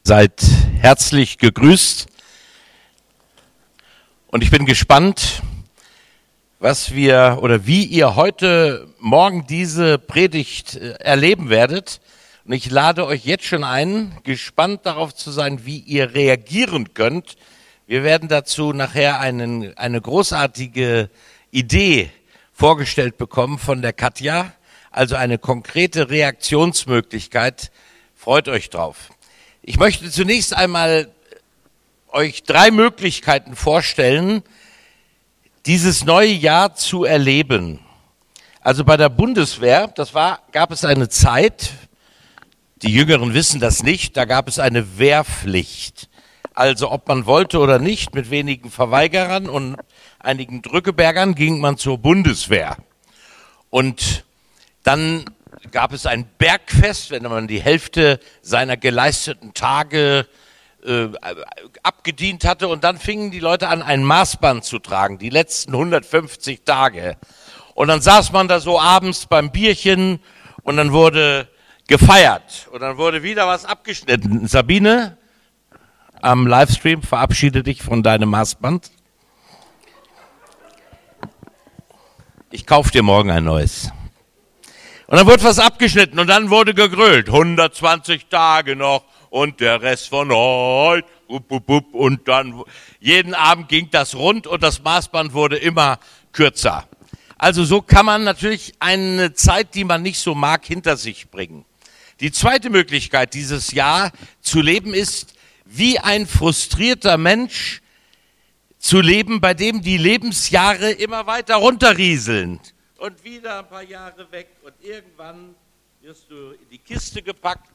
Seid herzlich gegrüßt und ich bin gespannt, wie ihr heute Morgen diese Predigt erleben werdet. Und ich lade euch jetzt schon ein, gespannt darauf zu sein, wie ihr reagieren könnt. Wir werden dazu nachher eine großartige Idee vorgestellt bekommen von der Katja, also eine konkrete Reaktionsmöglichkeit. Freut euch drauf. Ich möchte zunächst einmal euch 3 Möglichkeiten vorstellen, dieses neue Jahr zu erleben. Also bei der Bundeswehr, gab es eine Zeit, die Jüngeren wissen das nicht, da gab es eine Wehrpflicht. Also ob man wollte oder nicht, mit wenigen Verweigerern und einigen Drückebergern ging man zur Bundeswehr. Und dann gab es ein Bergfest, wenn man die Hälfte seiner geleisteten Tage abgedient hatte. Und dann fingen die Leute an, ein Maßband zu tragen, die letzten 150 Tage. Und dann saß man da so abends beim Bierchen und dann wurde gefeiert. Und dann wurde wieder was abgeschnitten. Sabine, am Livestream, verabschiede dich von deinem Maßband. Ich kaufe dir morgen ein neues. Und dann wurde was abgeschnitten und dann wurde gegrölt. 120 Tage noch und der Rest von heute. Und dann jeden Abend ging das rund und das Maßband wurde immer kürzer. Also so kann man natürlich eine Zeit, die man nicht so mag, hinter sich bringen. Die zweite Möglichkeit, dieses Jahr zu leben, ist, wie ein frustrierter Mensch zu leben, bei dem die Lebensjahre immer weiter runterrieseln. Und wieder ein paar Jahre weg und irgendwann wirst du in die Kiste gepackt,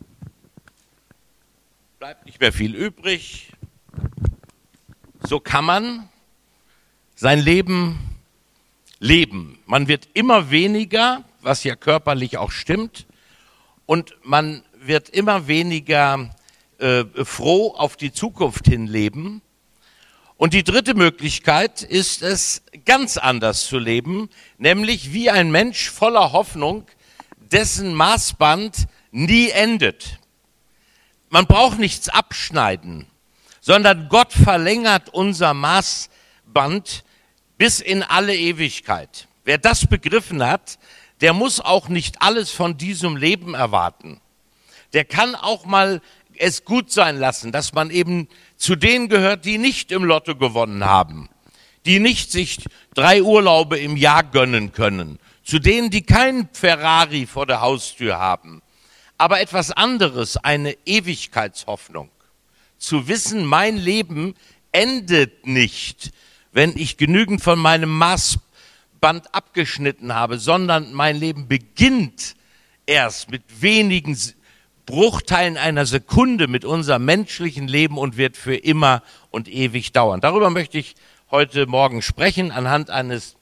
bleibt nicht mehr viel übrig. So kann man sein Leben leben. Man wird immer weniger, was ja körperlich auch stimmt, und man wird immer weniger froh auf die Zukunft hin leben. Und die dritte Möglichkeit ist es, ganz anders zu leben, nämlich wie ein Mensch voller Hoffnung, dessen Maßband nie endet. Man braucht nichts abschneiden, sondern Gott verlängert unser Maßband bis in alle Ewigkeit. Wer das begriffen hat, der muss auch nicht alles von diesem Leben erwarten. Der kann auch mal es gut sein lassen, dass man eben zu denen gehört, die nicht im Lotto gewonnen haben, die nicht sich 3 Urlaube im Jahr gönnen können, zu denen, die keinen Ferrari vor der Haustür haben, aber etwas anderes, eine Ewigkeitshoffnung. Zu wissen, mein Leben endet nicht, wenn ich genügend von meinem Maßband abgeschnitten habe, sondern mein Leben beginnt erst mit wenigen Bruchteilen einer Sekunde mit unserem menschlichen Leben und wird für immer und ewig dauern. Darüber möchte ich heute Morgen sprechen, anhand eines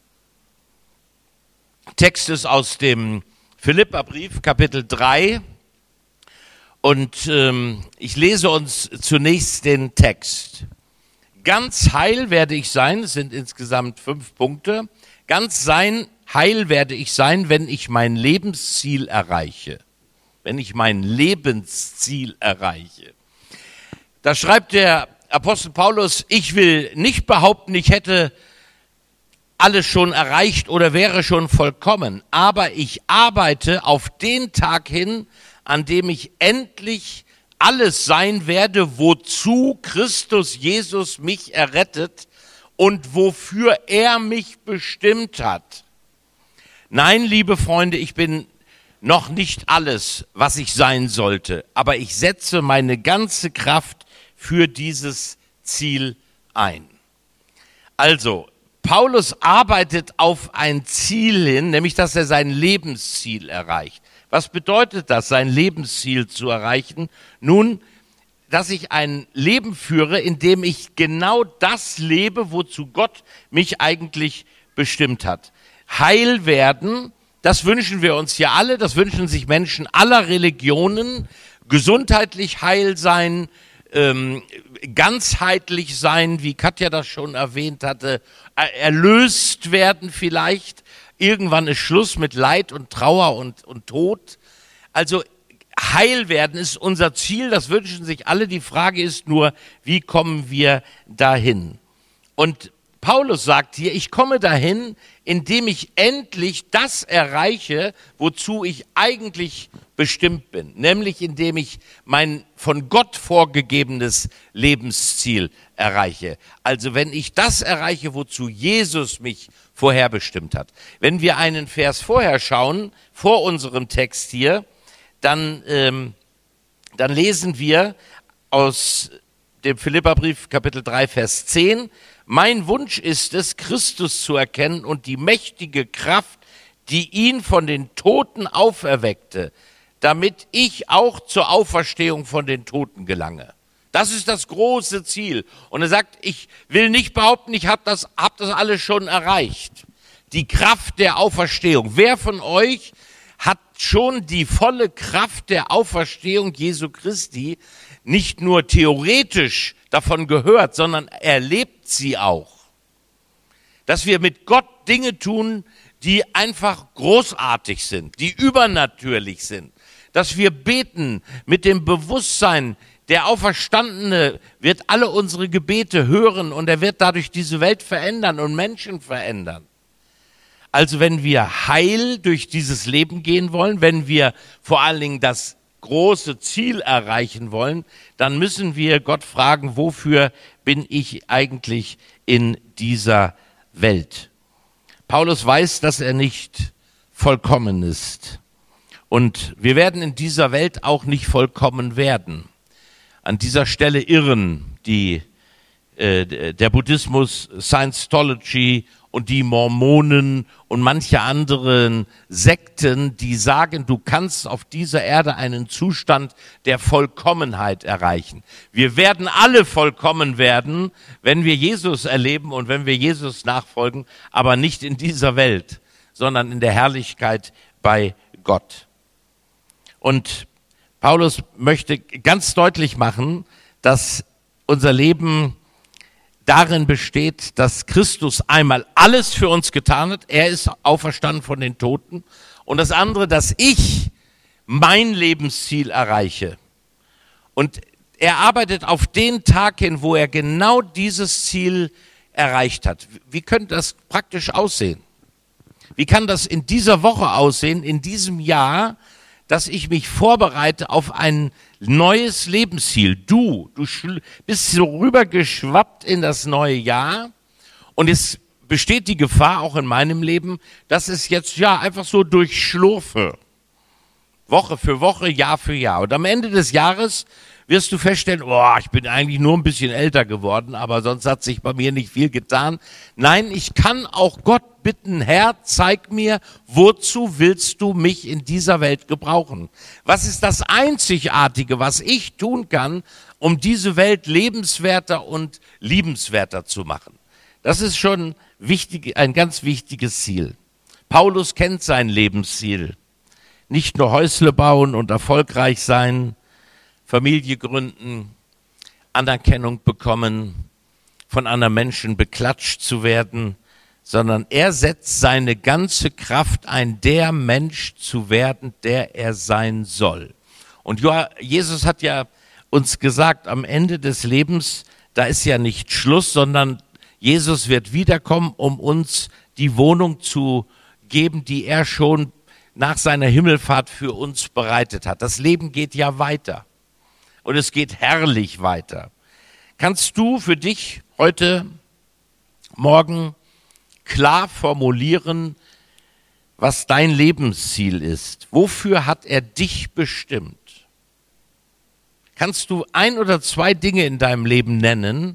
Textes aus dem Philipperbrief, Kapitel 3. Und ich lese uns zunächst den Text. Ganz heil werde ich sein, es sind insgesamt 5 Punkte, ganz heil werde ich sein, wenn ich mein Lebensziel erreiche. Wenn ich mein Lebensziel erreiche. Da schreibt der Apostel Paulus, ich will nicht behaupten, ich hätte alles schon erreicht oder wäre schon vollkommen, aber ich arbeite auf den Tag hin, an dem ich endlich alles sein werde, wozu Christus Jesus mich errettet und wofür er mich bestimmt hat. Nein, liebe Freunde, ich bin noch nicht alles, was ich sein sollte, aber ich setze meine ganze Kraft für dieses Ziel ein. Also, Paulus arbeitet auf ein Ziel hin, nämlich, dass er sein Lebensziel erreicht. Was bedeutet das, sein Lebensziel zu erreichen? Nun, dass ich ein Leben führe, in dem ich genau das lebe, wozu Gott mich eigentlich bestimmt hat. Heil werden, das wünschen wir uns ja alle, das wünschen sich Menschen aller Religionen, gesundheitlich heil sein, ganzheitlich sein, wie Katja das schon erwähnt hatte, erlöst werden vielleicht. Irgendwann ist Schluss mit Leid und Trauer und Tod. Also heil werden ist unser Ziel, das wünschen sich alle. Die Frage ist nur, wie kommen wir dahin? Und Paulus sagt hier, ich komme dahin, indem ich endlich das erreiche, wozu ich eigentlich bestimmt bin. Nämlich indem ich mein von Gott vorgegebenes Lebensziel erreiche. Also wenn ich das erreiche, wozu Jesus mich vorherbestimmt hat. Wenn wir einen Vers vorher schauen, vor unserem Text hier, dann lesen wir aus dem Philipperbrief Kapitel 3, Vers 10, mein Wunsch ist es, Christus zu erkennen und die mächtige Kraft, die ihn von den Toten auferweckte, damit ich auch zur Auferstehung von den Toten gelange. Das ist das große Ziel. Und er sagt, ich will nicht behaupten, ich habe das alles schon erreicht. Die Kraft der Auferstehung. Wer von euch hat schon die volle Kraft der Auferstehung Jesu Christi nicht nur theoretisch davon gehört, sondern erlebt sie auch? Dass wir mit Gott Dinge tun, die einfach großartig sind, die übernatürlich sind. Dass wir beten mit dem Bewusstsein, der Auferstandene wird alle unsere Gebete hören und er wird dadurch diese Welt verändern und Menschen verändern. Also wenn wir heil durch dieses Leben gehen wollen, wenn wir vor allen Dingen das große Ziel erreichen wollen, dann müssen wir Gott fragen, wofür bin ich eigentlich in dieser Welt? Paulus weiß, dass er nicht vollkommen ist. Und wir werden in dieser Welt auch nicht vollkommen werden. An dieser Stelle irren der Buddhismus, Scientology und die Mormonen und manche anderen Sekten, die sagen, du kannst auf dieser Erde einen Zustand der Vollkommenheit erreichen. Wir werden alle vollkommen werden, wenn wir Jesus erleben und wenn wir Jesus nachfolgen, aber nicht in dieser Welt, sondern in der Herrlichkeit bei Gott. Und Paulus möchte ganz deutlich machen, dass unser Leben darin besteht, dass Christus einmal alles für uns getan hat. Er ist auferstanden von den Toten. Und das andere, dass ich mein Lebensziel erreiche. Und er arbeitet auf den Tag hin, wo er genau dieses Ziel erreicht hat. Wie könnte das praktisch aussehen? Wie kann das in dieser Woche aussehen, in diesem Jahr, dass ich mich vorbereite auf ein neues Lebensziel? Du bist so rübergeschwappt in das neue Jahr und es besteht die Gefahr auch in meinem Leben, dass es jetzt ja einfach so durchschlurfe. Woche für Woche, Jahr für Jahr. Und am Ende des Jahres wirst du feststellen, ich bin eigentlich nur ein bisschen älter geworden, aber sonst hat sich bei mir nicht viel getan. Nein, ich kann auch Gott bitten, Herr, zeig mir, wozu willst du mich in dieser Welt gebrauchen? Was ist das Einzigartige, was ich tun kann, um diese Welt lebenswerter und liebenswerter zu machen? Das ist schon ein ganz wichtiges Ziel. Paulus kennt sein Lebensziel. Nicht nur Häusle bauen und erfolgreich sein, Familie gründen, Anerkennung bekommen, von anderen Menschen beklatscht zu werden, sondern er setzt seine ganze Kraft ein, der Mensch zu werden, der er sein soll. Und Jesus hat ja uns gesagt, am Ende des Lebens, da ist ja nicht Schluss, sondern Jesus wird wiederkommen, um uns die Wohnung zu geben, die er schon nach seiner Himmelfahrt für uns bereitet hat. Das Leben geht ja weiter. Und es geht herrlich weiter. Kannst du für dich heute Morgen klar formulieren, was dein Lebensziel ist? Wofür hat er dich bestimmt? Kannst du 1 oder 2 Dinge in deinem Leben nennen,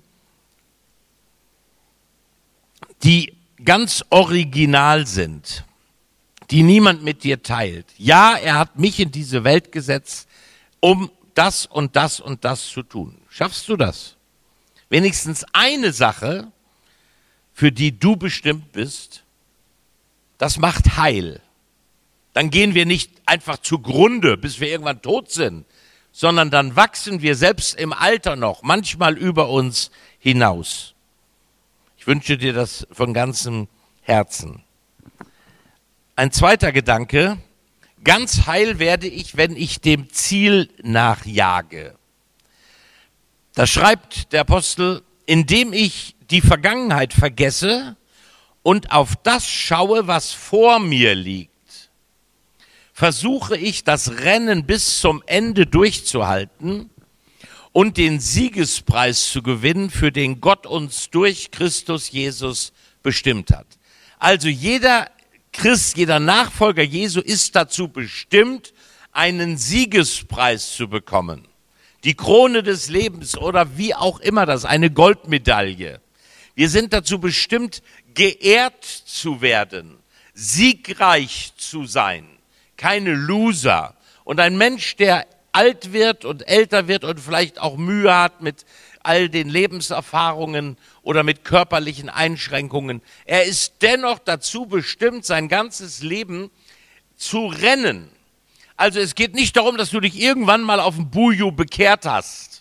die ganz original sind, die niemand mit dir teilt? Ja, er hat mich in diese Welt gesetzt, um das und das und das zu tun. Schaffst du das? Wenigstens eine Sache, für die du bestimmt bist, das macht heil. Dann gehen wir nicht einfach zugrunde, bis wir irgendwann tot sind, sondern dann wachsen wir selbst im Alter noch, manchmal über uns hinaus. Ich wünsche dir das von ganzem Herzen. Ein zweiter Gedanke, Ganz heil werde ich, wenn ich dem Ziel nachjage. Da schreibt der Apostel, indem ich die Vergangenheit vergesse und auf das schaue, was vor mir liegt, versuche ich, das Rennen bis zum Ende durchzuhalten und den Siegespreis zu gewinnen, für den Gott uns durch Christus Jesus bestimmt hat. Also jeder Christ, jeder Nachfolger Jesu ist dazu bestimmt, einen Siegespreis zu bekommen. Die Krone des Lebens oder wie auch immer das, eine Goldmedaille. Wir sind dazu bestimmt, geehrt zu werden, siegreich zu sein, keine Loser. Und ein Mensch, der alt wird und älter wird und vielleicht auch Mühe hat mit all den Lebenserfahrungen oder mit körperlichen Einschränkungen, er ist dennoch dazu bestimmt, sein ganzes Leben zu rennen. Also es geht nicht darum, dass du dich irgendwann mal auf dem Buju bekehrt hast.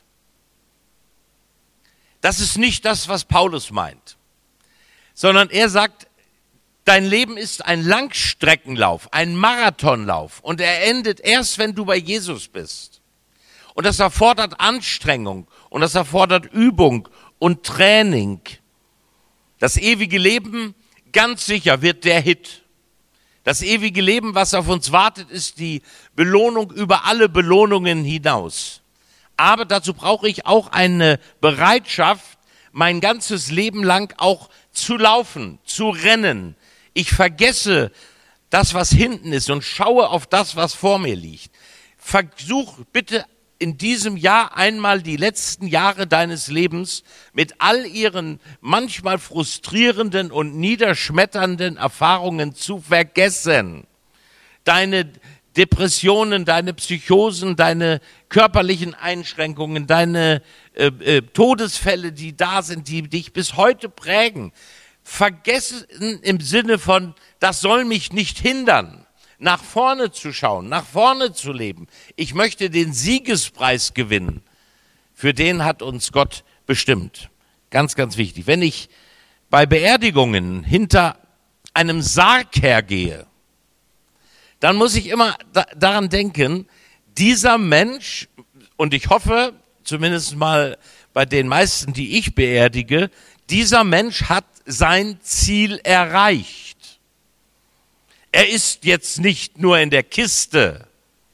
Das ist nicht das, was Paulus meint. Sondern er sagt, dein Leben ist ein Langstreckenlauf, ein Marathonlauf. Und er endet erst, wenn du bei Jesus bist. Und das erfordert Anstrengung und das erfordert Übung und Training. Das ewige Leben, ganz sicher, wird der Hit. Das ewige Leben, was auf uns wartet, ist die Belohnung über alle Belohnungen hinaus. Aber dazu brauche ich auch eine Bereitschaft, mein ganzes Leben lang auch zu laufen, zu rennen. Ich vergesse das, was hinten ist und schaue auf das, was vor mir liegt. Versuch bitte in diesem Jahr einmal die letzten Jahre deines Lebens mit all ihren manchmal frustrierenden und niederschmetternden Erfahrungen zu vergessen. Deine Depressionen, deine Psychosen, deine körperlichen Einschränkungen, deine Todesfälle, die da sind, die dich bis heute prägen. Vergessen im Sinne von, das soll mich nicht hindern, nach vorne zu schauen, nach vorne zu leben. Ich möchte den Siegespreis gewinnen. Für den hat uns Gott bestimmt. Ganz, ganz wichtig. Wenn ich bei Beerdigungen hinter einem Sarg hergehe, dann muss ich immer daran denken, dieser Mensch, und ich hoffe, zumindest mal bei den meisten, die ich beerdige, dieser Mensch hat sein Ziel erreicht. Er ist jetzt nicht nur in der Kiste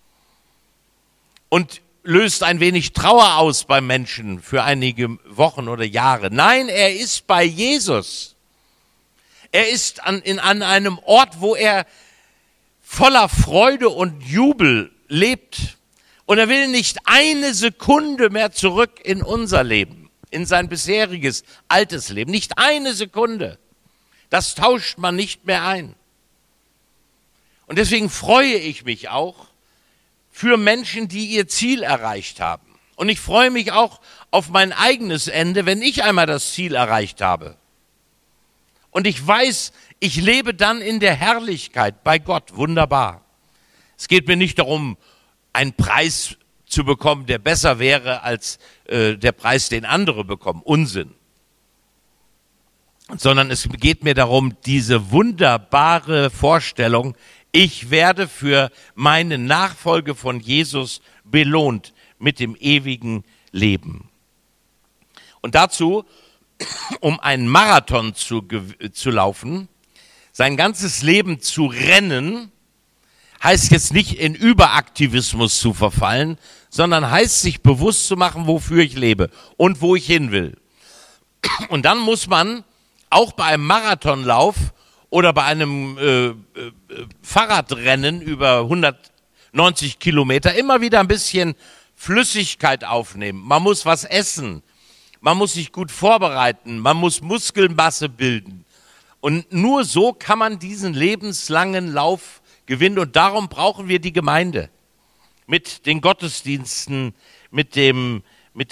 und löst ein wenig Trauer aus beim Menschen für einige Wochen oder Jahre. Nein, er ist bei Jesus. Er ist an einem Ort, wo er voller Freude und Jubel lebt. Und er will nicht eine Sekunde mehr zurück in unser Leben, in sein bisheriges, altes Leben. Nicht eine Sekunde. Das tauscht man nicht mehr ein. Und deswegen freue ich mich auch für Menschen, die ihr Ziel erreicht haben. Und ich freue mich auch auf mein eigenes Ende, wenn ich einmal das Ziel erreicht habe. Und ich weiß, ich lebe dann in der Herrlichkeit bei Gott. Wunderbar. Es geht mir nicht darum, einen Preis zu bekommen, der besser wäre als der Preis, den andere bekommen. Unsinn. Sondern es geht mir darum, diese wunderbare Vorstellung, ich werde für meine Nachfolge von Jesus belohnt mit dem ewigen Leben. Und dazu, um einen Marathon zu laufen, sein ganzes Leben zu rennen, heißt jetzt nicht in Überaktivismus zu verfallen, sondern heißt sich bewusst zu machen, wofür ich lebe und wo ich hin will. Und dann muss man auch bei einem Marathonlauf oder bei einem Fahrradrennen über 190 Kilometer immer wieder ein bisschen Flüssigkeit aufnehmen. Man muss was essen, man muss sich gut vorbereiten, man muss Muskelmasse bilden. Und nur so kann man diesen lebenslangen Lauf gewinnen. Und darum brauchen wir die Gemeinde. Mit den Gottesdiensten, mit dem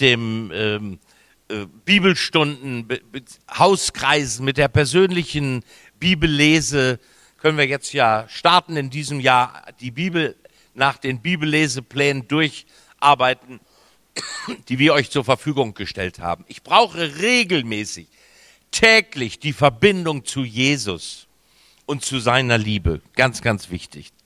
Bibelstunden, mit Hauskreisen, mit der persönlichen Bibellese. Können wir jetzt ja starten in diesem Jahr, die Bibel nach den Bibelleseplänen durcharbeiten, die wir euch zur Verfügung gestellt haben. Ich brauche regelmäßig, täglich die Verbindung zu Jesus und zu seiner Liebe. Ganz, ganz wichtig.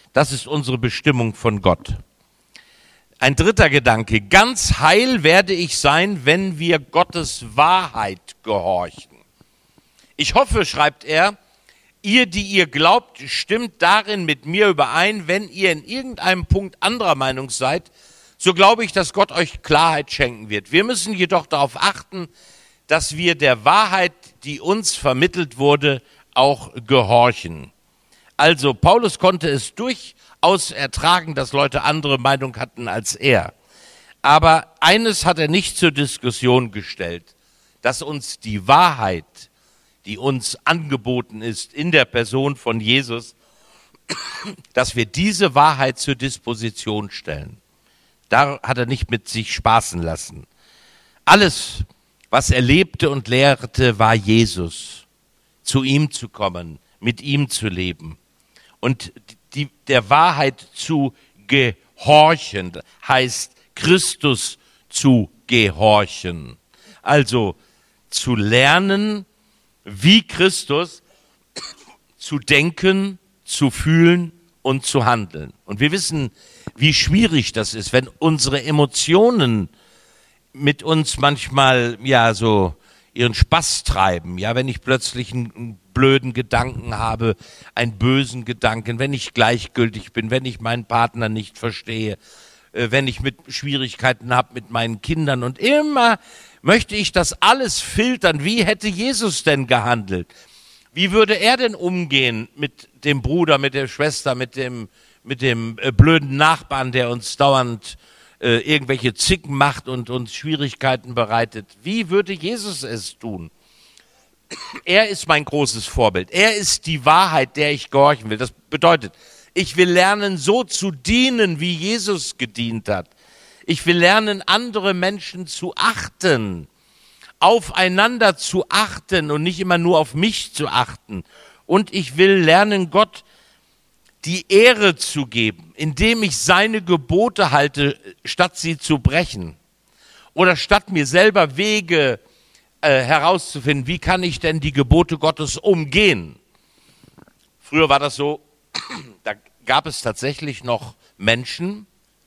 Das ist unsere Bestimmung von Gott. Ein dritter Gedanke, ganz heil werde ich sein, wenn wir Gottes Wahrheit gehorchen. Ich hoffe, schreibt er, ihr, die ihr glaubt, stimmt darin mit mir überein. Wenn ihr in irgendeinem Punkt anderer Meinung seid, so glaube ich, dass Gott euch Klarheit schenken wird. Wir müssen jedoch darauf achten, dass wir der Wahrheit, die uns vermittelt wurde, auch gehorchen. Also Paulus konnte es durchaus ertragen, dass Leute andere Meinung hatten als er. Aber eines hat er nicht zur Diskussion gestellt, dass uns die Wahrheit, die uns angeboten ist in der Person von Jesus, dass wir diese Wahrheit zur Disposition stellen. Da hat er nicht mit sich spaßen lassen. Alles, was er lebte und lehrte, war Jesus. Zu ihm zu kommen, mit ihm zu leben. Und der Wahrheit zu gehorchen, heißt Christus zu gehorchen. Also zu lernen, wie Christus zu denken, zu fühlen und zu handeln. Und wir wissen, wie schwierig das ist, wenn unsere Emotionen mit uns manchmal so ihren Spaß treiben. Ja, wenn ich plötzlich einen blöden Gedanken habe, einen bösen Gedanken, wenn ich gleichgültig bin, wenn ich meinen Partner nicht verstehe, wenn ich mit Schwierigkeiten habe mit meinen Kindern und immer möchte ich das alles filtern. Wie hätte Jesus denn gehandelt? Wie würde er denn umgehen mit dem Bruder, mit der Schwester, mit dem blöden Nachbarn, der uns dauernd irgendwelche Zicken macht und uns Schwierigkeiten bereitet? Wie würde Jesus es tun? Er ist mein großes Vorbild. Er ist die Wahrheit, der ich gehorchen will. Das bedeutet, ich will lernen, so zu dienen, wie Jesus gedient hat. Ich will lernen, andere Menschen zu achten, aufeinander zu achten und nicht immer nur auf mich zu achten. Und ich will lernen, Gott die Ehre zu geben, indem ich seine Gebote halte, statt sie zu brechen. Oder statt mir selber Wege herauszufinden, wie kann ich denn die Gebote Gottes umgehen. Früher war das so, da gab es tatsächlich noch Menschen,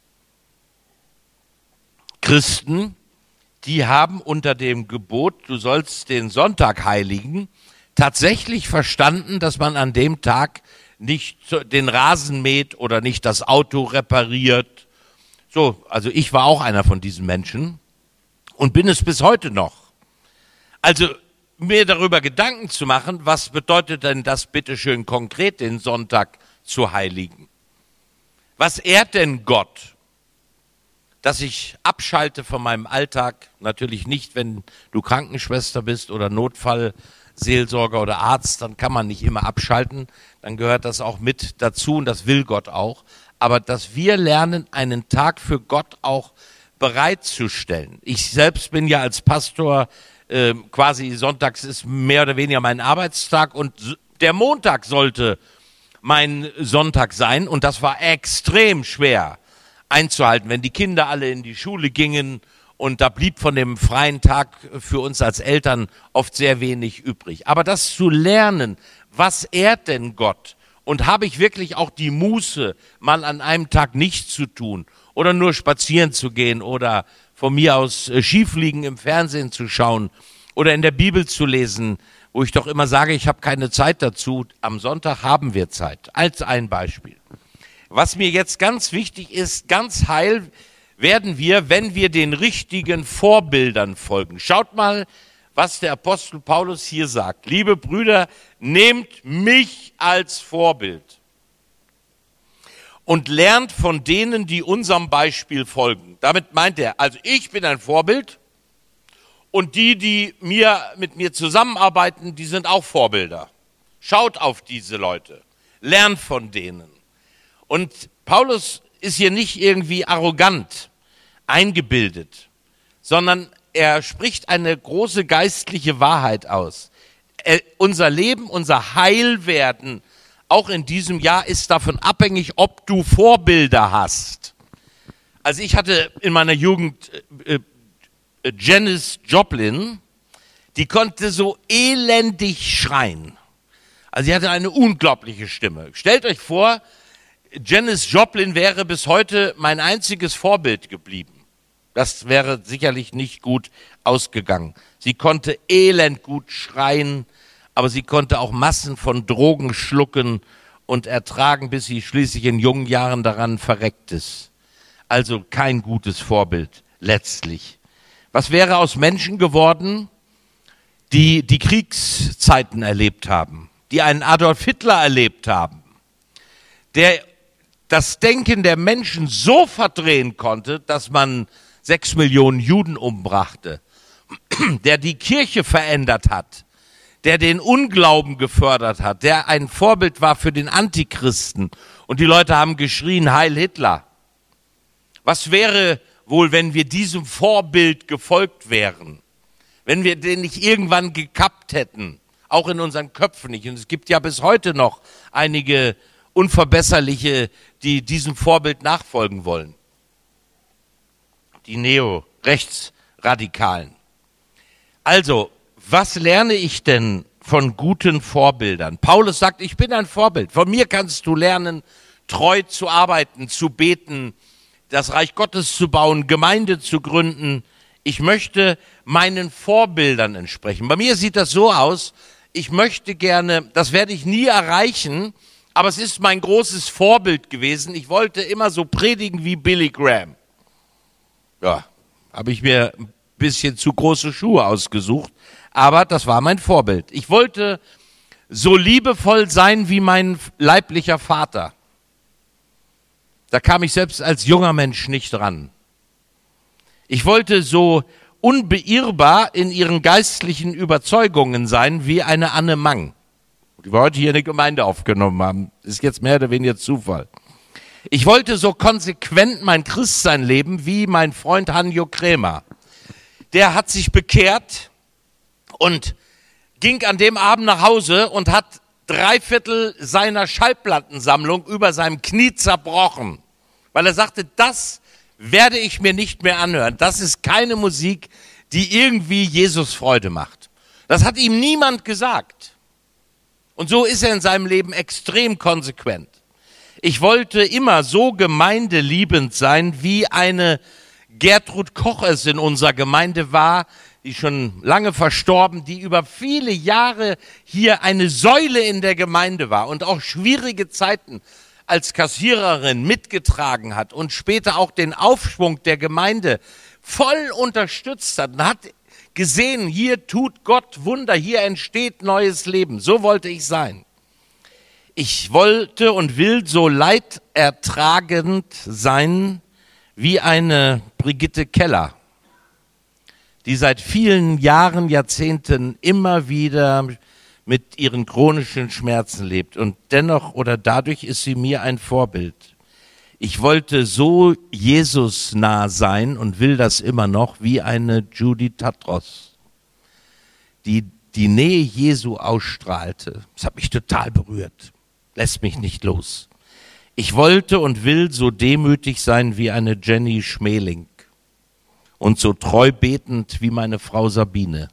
Christen, die haben unter dem Gebot, du sollst den Sonntag heiligen, tatsächlich verstanden, dass man an dem Tag nicht den Rasen mäht oder nicht das Auto repariert. So, also ich war auch einer von diesen Menschen und bin es bis heute noch. Also mir darüber Gedanken zu machen, was bedeutet denn das bitteschön konkret, den Sonntag zu heiligen? Was ehrt denn Gott? Dass ich abschalte von meinem Alltag, natürlich nicht, wenn du Krankenschwester bist oder Notfallseelsorger oder Arzt, dann kann man nicht immer abschalten, dann gehört das auch mit dazu und das will Gott auch. Aber dass wir lernen, einen Tag für Gott auch bereitzustellen. Ich selbst bin ja als Pastor quasi sonntags ist mehr oder weniger mein Arbeitstag und der Montag sollte mein Sonntag sein und das war extrem schwer einzuhalten, wenn die Kinder alle in die Schule gingen und da blieb von dem freien Tag für uns als Eltern oft sehr wenig übrig. Aber das zu lernen, was ehrt denn Gott? Und habe ich wirklich auch die Muße, mal an einem Tag nichts zu tun oder nur spazieren zu gehen oder von mir aus Skifliegen im Fernsehen zu schauen oder in der Bibel zu lesen, wo ich doch immer sage, ich habe keine Zeit dazu. Am Sonntag haben wir Zeit, als ein Beispiel. Was mir jetzt ganz wichtig ist, ganz heil werden wir, wenn wir den richtigen Vorbildern folgen. Schaut mal, was der Apostel Paulus hier sagt. Liebe Brüder, nehmt mich als Vorbild und lernt von denen, die unserem Beispiel folgen. Damit meint er, also ich bin ein Vorbild und die mit mir zusammenarbeiten, die sind auch Vorbilder. Schaut auf diese Leute, lernt von denen. Und Paulus ist hier nicht irgendwie arrogant, eingebildet, sondern er spricht eine große geistliche Wahrheit aus. Unser Leben, unser Heilwerden, auch in diesem Jahr ist davon abhängig, ob du Vorbilder hast. Also ich hatte in meiner Jugend Janis Joplin, die konnte so elendig schreien. Also sie hatte eine unglaubliche Stimme. Stellt euch vor, Janis Joplin wäre bis heute mein einziges Vorbild geblieben. Das wäre sicherlich nicht gut ausgegangen. Sie konnte elend gut schreien, aber sie konnte auch Massen von Drogen schlucken und ertragen, bis sie schließlich in jungen Jahren daran verreckt ist. Also kein gutes Vorbild letztlich. Was wäre aus Menschen geworden, die die Kriegszeiten erlebt haben, die einen Adolf Hitler erlebt haben, der das Denken der Menschen so verdrehen konnte, dass man 6 Millionen Juden umbrachte, der die Kirche verändert hat, der den Unglauben gefördert hat, der ein Vorbild war für den Antichristen. Und die Leute haben geschrien, Heil Hitler. Was wäre wohl, wenn wir diesem Vorbild gefolgt wären? Wenn wir den nicht irgendwann gekappt hätten, auch in unseren Köpfen nicht. Und es gibt ja bis heute noch einige Unverbesserliche, die diesem Vorbild nachfolgen wollen. Die Neo-Rechtsradikalen. Also, was lerne ich denn von guten Vorbildern? Paulus sagt, ich bin ein Vorbild. Von mir kannst du lernen, treu zu arbeiten, zu beten, das Reich Gottes zu bauen, Gemeinde zu gründen. Ich möchte meinen Vorbildern entsprechen. Bei mir sieht das so aus, ich möchte gerne, das werde ich nie erreichen, aber es ist mein großes Vorbild gewesen. Ich wollte immer so predigen wie Billy Graham. Ja, habe ich mir ein bisschen zu große Schuhe ausgesucht, aber das war mein Vorbild. Ich wollte so liebevoll sein wie mein leiblicher Vater. Da kam ich selbst als junger Mensch nicht ran. Ich wollte so unbeirrbar in ihren geistlichen Überzeugungen sein wie eine Anne Mang, die wir heute hier in der Gemeinde aufgenommen haben. Ist jetzt mehr oder weniger Zufall. Ich wollte so konsequent mein Christsein leben wie mein Freund Hanjo Krämer. Der hat sich bekehrt und ging an dem Abend nach Hause und hat 3/4 seiner Schallplattensammlung über seinem Knie zerbrochen, weil er sagte, das werde ich mir nicht mehr anhören. Das ist keine Musik, die irgendwie Jesus Freude macht. Das hat ihm niemand gesagt. Und so ist er in seinem Leben extrem konsequent. Ich wollte immer so gemeindeliebend sein, wie eine Gertrud Koch es in unserer Gemeinde war, die schon lange verstorben, die über viele Jahre hier eine Säule in der Gemeinde war und auch schwierige Zeiten als Kassiererin mitgetragen hat und später auch den Aufschwung der Gemeinde voll unterstützt hat und hat gesehen, hier tut Gott Wunder, hier entsteht neues Leben. So wollte ich sein. Ich wollte und will so leitertragend sein wie eine Brigitte Keller, die seit vielen Jahren, Jahrzehnten immer wieder mit ihren chronischen Schmerzen lebt. Und dennoch oder dadurch ist sie mir ein Vorbild. Ich wollte so Jesus nah sein und will das immer noch wie eine Judy Tatros, die die Nähe Jesu ausstrahlte. Das hat mich total berührt, lässt mich nicht los. Ich wollte und will so demütig sein wie eine Jenny Schmeling und so treu betend wie meine Frau Sabine.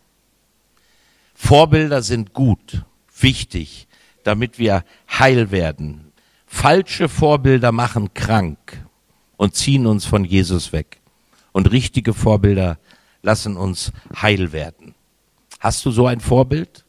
Vorbilder sind gut, wichtig, damit wir heil werden. Falsche Vorbilder machen krank und ziehen uns von Jesus weg. Und richtige Vorbilder lassen uns heil werden. Hast du so ein Vorbild?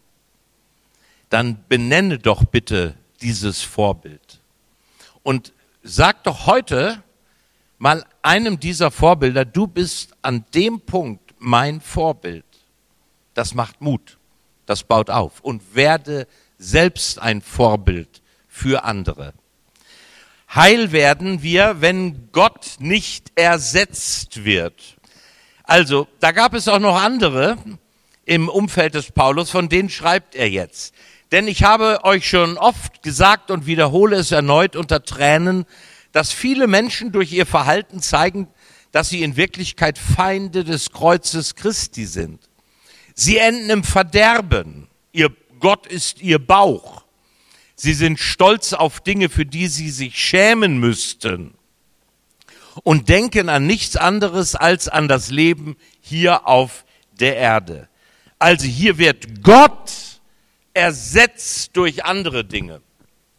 Dann benenne doch bitte dieses Vorbild. Und sag doch heute mal einem dieser Vorbilder, du bist an dem Punkt mein Vorbild. Das macht Mut, das baut auf. Und werde selbst ein Vorbild für andere. Heil werden wir, wenn Gott nicht ersetzt wird. Also, da gab es auch noch andere im Umfeld des Paulus, von denen schreibt er jetzt. Denn ich habe euch schon oft gesagt und wiederhole es erneut unter Tränen, dass viele Menschen durch ihr Verhalten zeigen, dass sie in Wirklichkeit Feinde des Kreuzes Christi sind. Sie enden im Verderben. Ihr Gott ist ihr Bauch. Sie sind stolz auf Dinge, für die sie sich schämen müssten und denken an nichts anderes als an das Leben hier auf der Erde. Also hier wird Gott ersetzt durch andere Dinge.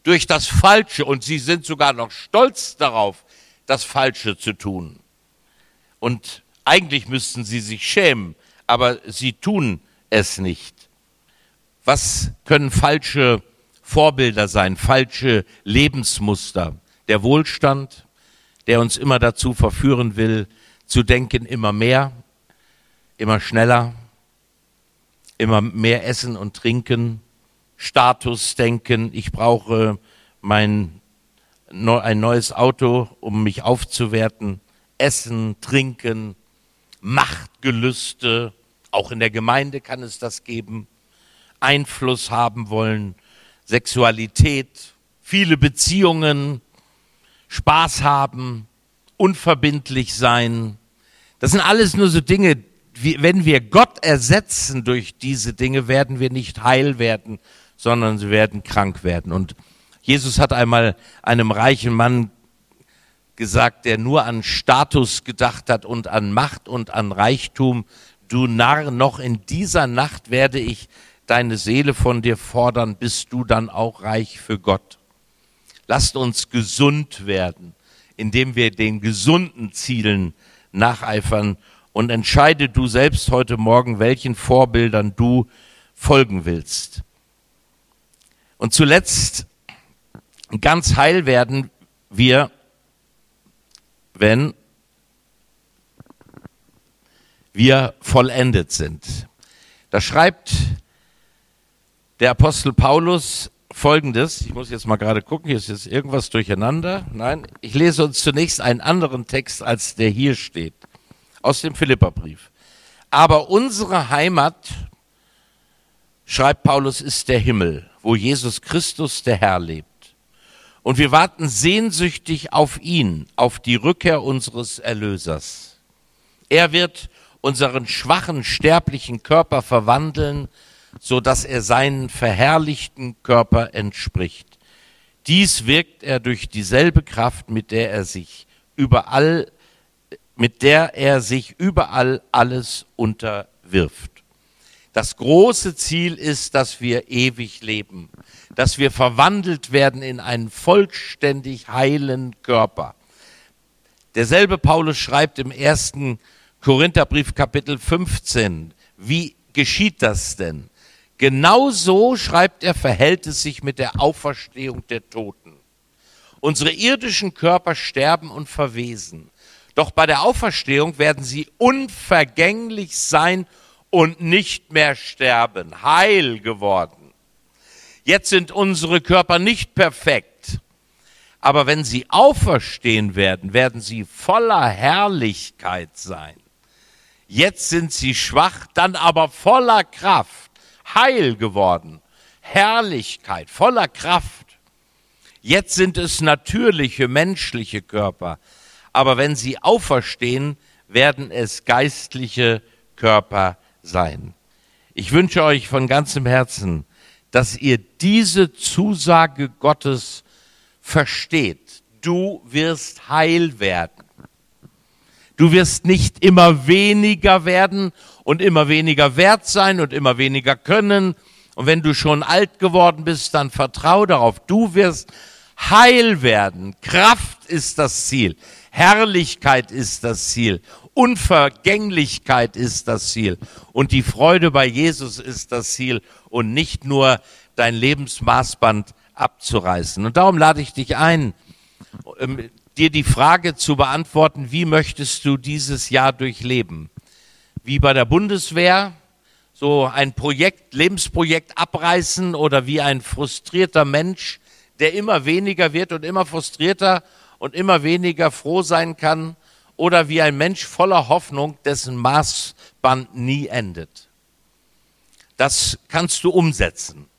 durch das Falsche, und sie sind sogar noch stolz darauf, das Falsche zu tun. Und eigentlich müssten sie sich schämen, aber sie tun es nicht. Was können falsche Vorbilder sein, falsche Lebensmuster? Der Wohlstand, der uns immer dazu verführen will, zu denken, immer mehr, immer schneller, immer mehr essen und trinken, Statusdenken, ich brauche ein neues Auto, um mich aufzuwerten, Essen, Trinken, Machtgelüste, auch in der Gemeinde kann es das geben, Einfluss haben wollen, Sexualität, viele Beziehungen, Spaß haben, unverbindlich sein. Das sind alles nur so Dinge, wenn wir Gott ersetzen durch diese Dinge, werden wir nicht heil werden, sondern sie werden krank werden. Und Jesus hat einmal einem reichen Mann gesagt, der nur an Status gedacht hat und an Macht und an Reichtum: Du Narr, noch in dieser Nacht werde ich deine Seele von dir fordern, bist du dann auch reich für Gott. Lasst uns gesund werden, indem wir den gesunden Zielen nacheifern, und entscheide du selbst heute Morgen, welchen Vorbildern du folgen willst. Und zuletzt, ganz heil werden wir, wenn wir vollendet sind. Da schreibt der Apostel Paulus Folgendes. Ich muss jetzt mal gerade gucken, hier ist jetzt irgendwas durcheinander. Nein, ich lese uns zunächst einen anderen Text, als der hier steht, aus dem Philipperbrief. Aber unsere Heimat, schreibt Paulus, ist der Himmel, wo Jesus Christus, der Herr, lebt. Und wir warten sehnsüchtig auf ihn, auf die Rückkehr unseres Erlösers. Er wird unseren schwachen, sterblichen Körper verwandeln, so dass er seinen verherrlichten Körper entspricht. Dies wirkt er durch dieselbe Kraft, mit der er sich überall alles unterwirft. Das große Ziel ist, dass wir ewig leben, dass wir verwandelt werden in einen vollständig heilen Körper. Derselbe Paulus schreibt im 1. Korintherbrief Kapitel 15, wie geschieht das denn? Genauso, schreibt er, verhält es sich mit der Auferstehung der Toten. Unsere irdischen Körper sterben und verwesen. Doch bei der Auferstehung werden sie unvergänglich sein und nicht mehr sterben, heil geworden. Jetzt sind unsere Körper nicht perfekt, aber wenn sie auferstehen werden, werden sie voller Herrlichkeit sein. Jetzt sind sie schwach, dann aber voller Kraft, heil geworden, Herrlichkeit, voller Kraft. Jetzt sind es natürliche, menschliche Körper, aber wenn sie auferstehen, werden es geistliche Körper sein. Ich wünsche euch von ganzem Herzen, dass ihr diese Zusage Gottes versteht. Du wirst heil werden. Du wirst nicht immer weniger werden und immer weniger wert sein und immer weniger können. Und wenn du schon alt geworden bist, dann vertrau darauf. Du wirst heil werden. Kraft ist das Ziel. Herrlichkeit ist das Ziel. Unvergänglichkeit ist das Ziel. Und die Freude bei Jesus ist das Ziel. Und nicht nur dein Lebensmaßband abzureißen. Und darum lade ich dich ein, dir die Frage zu beantworten: Wie möchtest du dieses Jahr durchleben? Wie bei der Bundeswehr, so ein Lebensprojekt abreißen, oder wie ein frustrierter Mensch, der immer weniger wird und immer frustrierter und immer weniger froh sein kann, oder wie ein Mensch voller Hoffnung, dessen Maßband nie endet. Das kannst du umsetzen.